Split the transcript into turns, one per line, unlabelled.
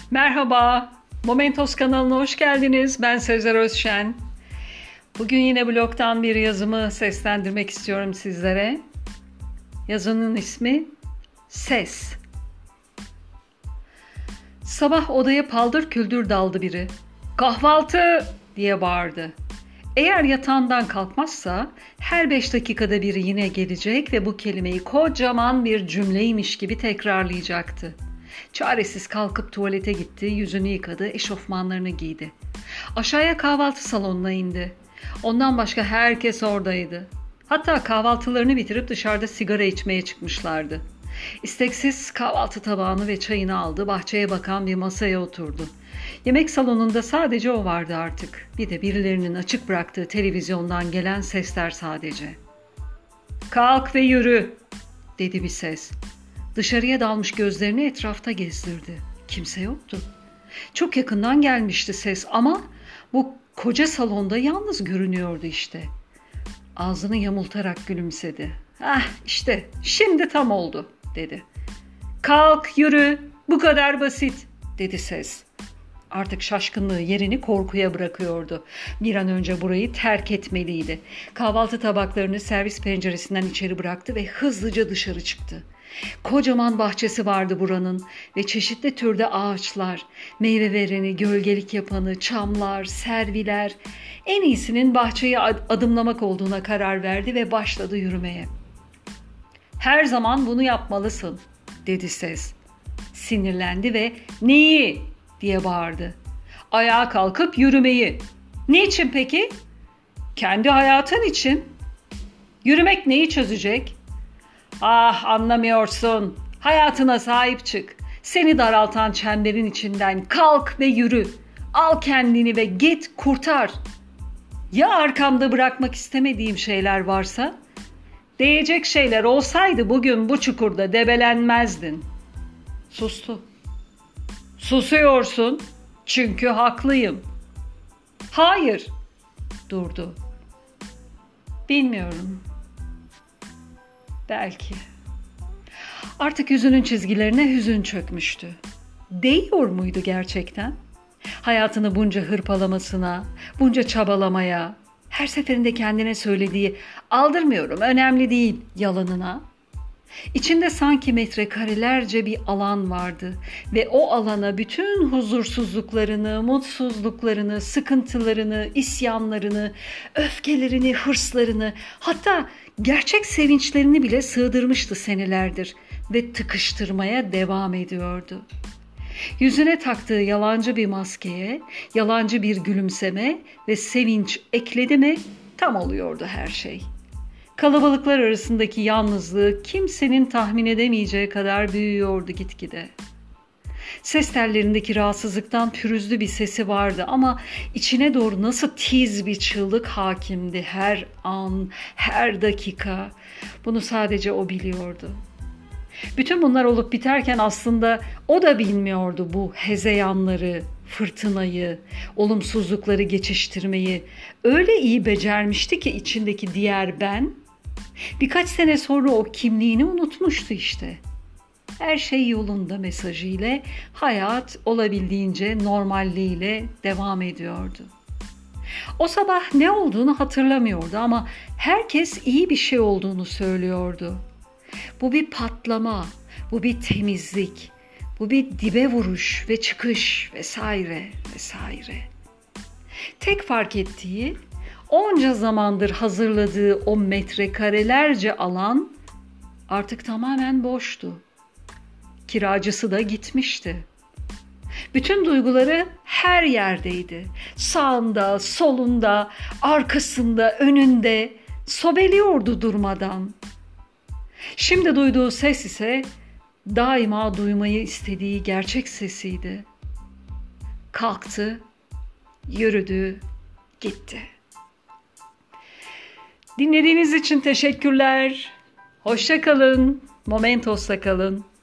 Merhaba, Momentos kanalına hoş geldiniz. Ben Sezer Özşen. Bugün yine blogdan bir yazımı seslendirmek istiyorum sizlere. Yazının ismi Ses. Sabah odaya paldır küldür daldı biri. "Kahvaltı!" diye bağırdı. Eğer yatağından kalkmazsa her 5 dakikada biri yine gelecek ve bu kelimeyi kocaman bir cümleymiş gibi tekrarlayacaktı. Çaresiz kalkıp tuvalete gitti, yüzünü yıkadı, eşofmanlarını giydi. Aşağıya kahvaltı salonuna indi. Ondan başka herkes oradaydı. Hatta kahvaltılarını bitirip dışarıda sigara içmeye çıkmışlardı. İsteksiz kahvaltı tabağını ve çayını aldı, bahçeye bakan bir masaya oturdu. Yemek salonunda sadece o vardı artık. Bir de birilerinin açık bıraktığı televizyondan gelen sesler sadece. "Kalk ve yürü!" dedi bir ses. Dışarıya dalmış gözlerini etrafta gezdirdi. Kimse yoktu. Çok yakından gelmişti ses ama bu koca salonda yalnız görünüyordu işte. Ağzını yamultarak gülümsedi. "Ah işte şimdi tam oldu," dedi. "Kalk yürü, bu kadar basit," dedi ses. Artık şaşkınlığı yerini korkuya bırakıyordu. Bir an önce burayı terk etmeliydi. Kahvaltı tabaklarını servis penceresinden içeri bıraktı ve hızlıca dışarı çıktı. Kocaman bahçesi vardı buranın ve çeşitli türde ağaçlar, meyve vereni, gölgelik yapanı, çamlar, serviler. En iyisinin bahçeyi adımlamak olduğuna karar verdi ve başladı yürümeye. "Her zaman bunu yapmalısın," dedi ses. Sinirlendi ve "Neyi?" diye bağırdı. "Ayağa kalkıp yürümeyi." "Niçin peki?" "Kendi hayatın için." "Yürümek neyi çözecek?" "Ah, anlamıyorsun. Hayatına sahip çık. Seni daraltan çemberin içinden kalk ve yürü. Al kendini ve git kurtar. Ya arkamda bırakmak istemediğim şeyler varsa? Değecek şeyler olsaydı bugün bu çukurda debelenmezdin." Sustu. "Susuyorsun çünkü haklıyım." "Hayır." Durdu. "Bilmiyorum. Belki." Artık yüzünün çizgilerine hüzün çökmüştü. Değiyor muydu gerçekten? Hayatını bunca hırpalamasına, bunca çabalamaya, her seferinde kendine söylediği "aldırmıyorum, önemli değil" yalanına. İçinde sanki metrekarelerce bir alan vardı ve o alana bütün huzursuzluklarını, mutsuzluklarını, sıkıntılarını, isyanlarını, öfkelerini, hırslarını, hatta gerçek sevinçlerini bile sığdırmıştı senelerdir ve tıkıştırmaya devam ediyordu. Yüzüne taktığı yalancı bir maskeye, yalancı bir gülümseme ve sevinç ekledi mi tam oluyordu her şey. Kalabalıklar arasındaki yalnızlığı kimsenin tahmin edemeyeceği kadar büyüyordu gitgide. Ses tellerindeki rahatsızlıktan pürüzlü bir sesi vardı ama içine doğru nasıl tiz bir çığlık hakimdi her an, her dakika. Bunu sadece o biliyordu. Bütün bunlar olup biterken aslında o da bilmiyordu bu hezeyanları, fırtınayı, olumsuzlukları geçiştirmeyi. Öyle iyi becermişti ki içindeki diğer ben, birkaç sene sonra o kimliğini unutmuştu işte. Her şey yolunda mesajıyla, hayat olabildiğince normalliğiyle devam ediyordu. O sabah ne olduğunu hatırlamıyordu ama herkes iyi bir şey olduğunu söylüyordu. Bu bir patlama, bu bir temizlik, bu bir dibe vuruş ve çıkış vesaire vesaire. Tek fark ettiği onca zamandır hazırladığı o metrekarelerce alan artık tamamen boştu. Kiracısı da gitmişti. Bütün duyguları her yerdeydi. Sağında, solunda, arkasında, önünde sobeliyordu durmadan. Şimdi duyduğu ses ise daima duymayı istediği gerçek sesiydi. Kalktı, yürüdü, gitti. Dinlediğiniz için teşekkürler. Hoşça kalın, Momentos'ta kalın.